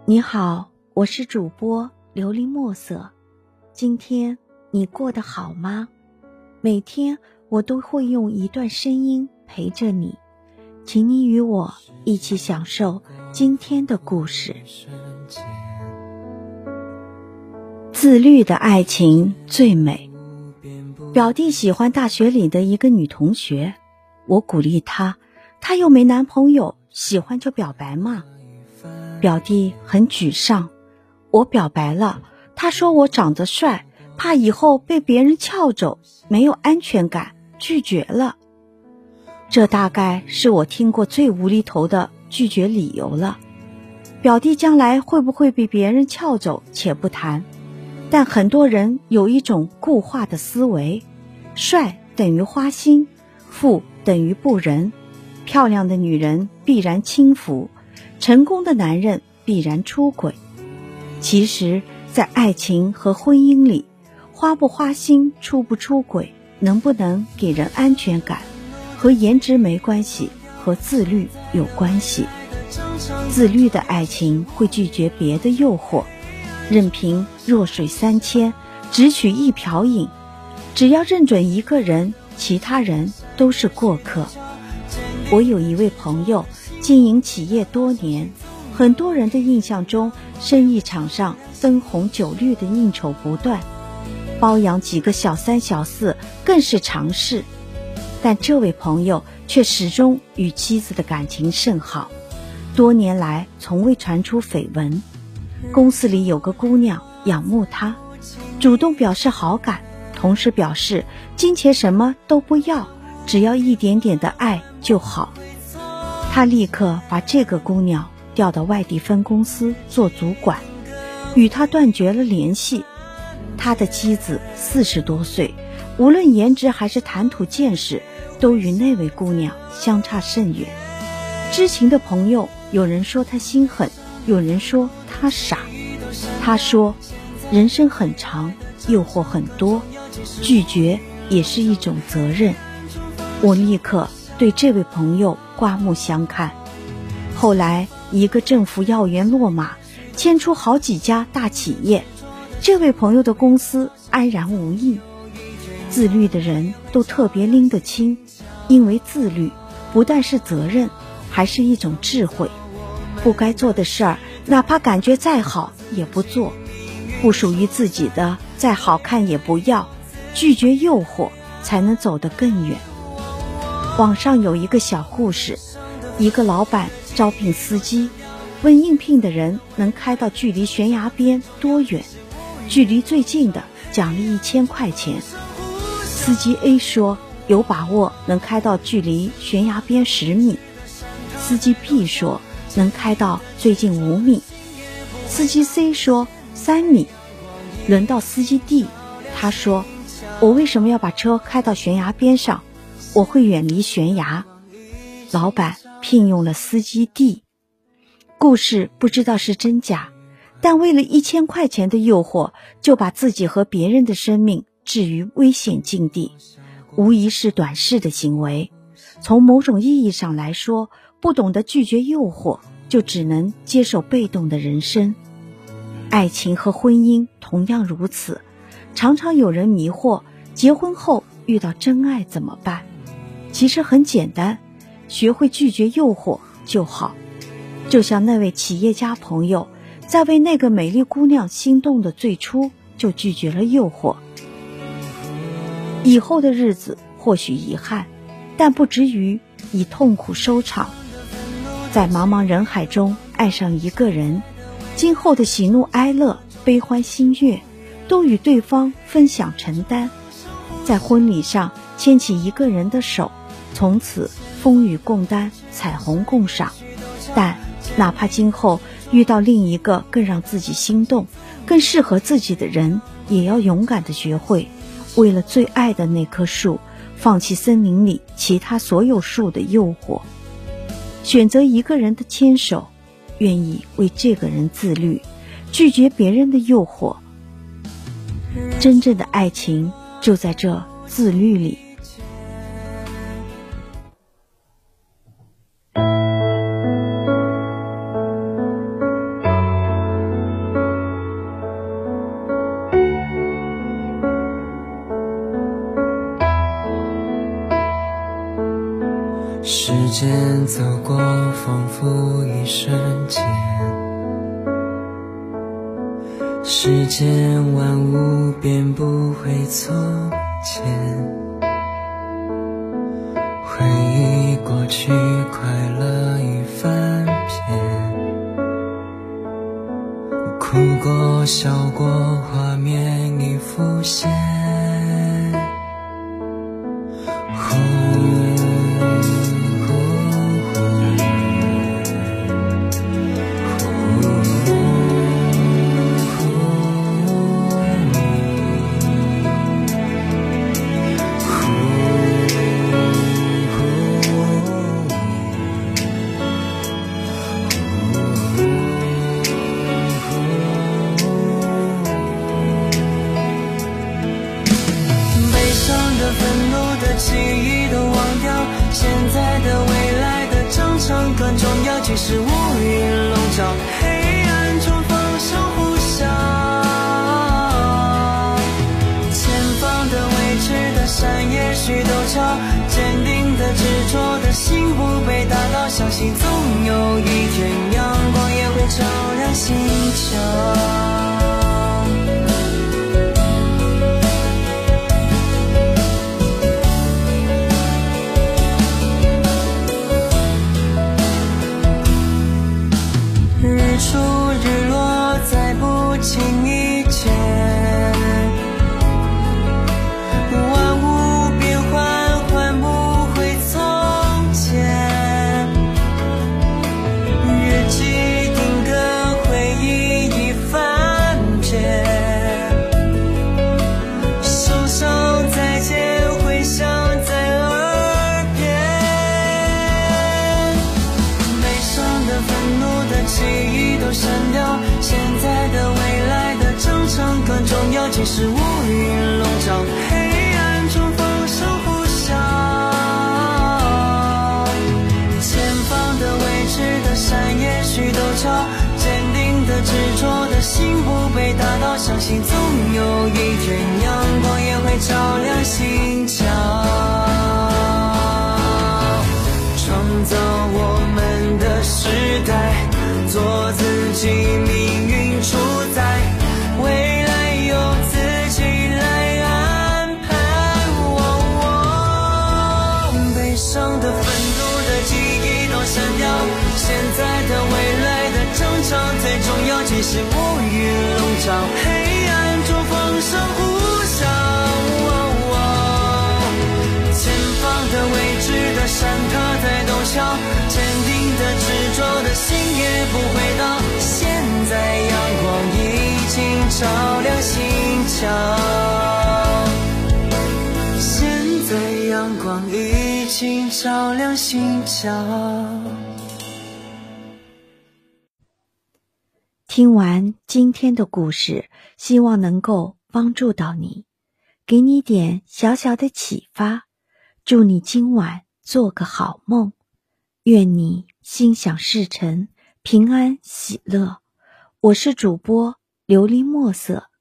你好，我是主播琉璃墨色。今天你过得好吗？每天我都会用一段声音陪着你，请你与我一起享受今天的故事。自律的爱情最美。表弟喜欢大学里的一个女同学，我鼓励她又没男朋友，喜欢就表白嘛。表弟很沮丧，我表白了，他说我长得帅，怕以后被别人撬走，没有安全感，拒绝了。这大概是我听过最无厘头的拒绝理由了。表弟将来会不会被别人撬走且不谈，但很多人有一种固化的思维，帅等于花心，富等于不仁，漂亮的女人必然轻浮，成功的男人必然出轨。其实在爱情和婚姻里，花不花心，出不出轨，能不能给人安全感，和颜值没关系，和自律有关系。自律的爱情会拒绝别的诱惑，任凭弱水三千，只取一瓢饮，只要认准一个人，其他人都是过客。我有一位朋友经营企业多年，很多人的印象中，生意场上灯红酒绿的应酬不断，包养几个小三小四更是常事。但这位朋友却始终与妻子的感情甚好，多年来从未传出绯闻。公司里有个姑娘仰慕他，主动表示好感，同时表示金钱什么都不要，只要一点点的爱就好。他立刻把这个姑娘调到外地分公司做主管，与他断绝了联系。他的妻子40多岁，无论颜值还是谈吐见识，都与那位姑娘相差甚远。知情的朋友，有人说他心狠，有人说他傻。他说，人生很长，诱惑很多，拒绝也是一种责任。我立刻对这位朋友刮目相看。后来一个政府要员落马，牵出好几家大企业，这位朋友的公司安然无恙。自律的人都特别拎得清，因为自律不但是责任，还是一种智慧。不该做的事儿，哪怕感觉再好也不做，不属于自己的再好看也不要，拒绝诱惑才能走得更远。网上有一个小故事，一个老板招聘司机，问应聘的人能开到距离悬崖边多远，距离最近的奖励1000块钱。司机 A 说有把握能开到距离悬崖边10米，司机 B 说能开到最近5米，司机 C 说3米。轮到司机 D， 他说我为什么要把车开到悬崖边上，我会远离悬崖。老板聘用了司机 D。 故事不知道是真假，但为了1000块钱的诱惑，就把自己和别人的生命置于危险境地，无疑是短视的行为。从某种意义上来说，不懂得拒绝诱惑，就只能接受被动的人生。爱情和婚姻同样如此，常常有人迷惑，结婚后遇到真爱怎么办？其实很简单，学会拒绝诱惑就好。就像那位企业家朋友，在为那个美丽姑娘心动的最初，就拒绝了诱惑。以后的日子或许遗憾，但不至于以痛苦收场。在茫茫人海中爱上一个人，今后的喜怒哀乐、悲欢心悦，都与对方分享承担。在婚礼上牵起一个人的手，从此风雨共担，彩虹共赏。但哪怕今后遇到另一个更让自己心动、更适合自己的人，也要勇敢地学会，为了最爱的那棵树，放弃森林里其他所有树的诱惑，选择一个人的牵手，愿意为这个人自律，拒绝别人的诱惑。真正的爱情就在这自律里。 时间走过，仿佛一瞬间，世间万物便不会从前，回忆过去，快乐已翻篇，哭过笑过，画面已浮现，愤怒的记忆都忘掉，现在的未来的征程更重要。即使乌云笼罩，黑暗中放声呼啸，前方的未知的山也许陡峭，坚定的执着的心不被打倒，相信总有一天阳光也会照亮星球。日出日落在不经意间，万物变幻换不回从前，日记定格，回忆已翻篇，手上再见回响在耳边，悲伤的愤怒的记忆都删掉，现在的未来的征程更重要。即使乌云笼罩，黑暗中放声呼啸，前方的未知的山也许陡峭，坚定的执着的心不被打倒，相信总有一天阳光也会照亮星桥，创造我们的时代，做自己，命运主宰，未来由自己来安排。悲伤的、愤怒的记忆都删掉，现在的、未来的征程最重要。即使乌云笼罩，黑暗中放声呼啸，前方的未知的山它在陡峭，坚定的执着的心也不会倒，现在阳光已经照亮星桥，现在阳光已经照亮星桥。 听完今天的故事，希望能够帮助到你，给你点小小的启发。祝你今晚做个好梦，愿你心想事成，平安喜乐。我是主播琉璃墨色，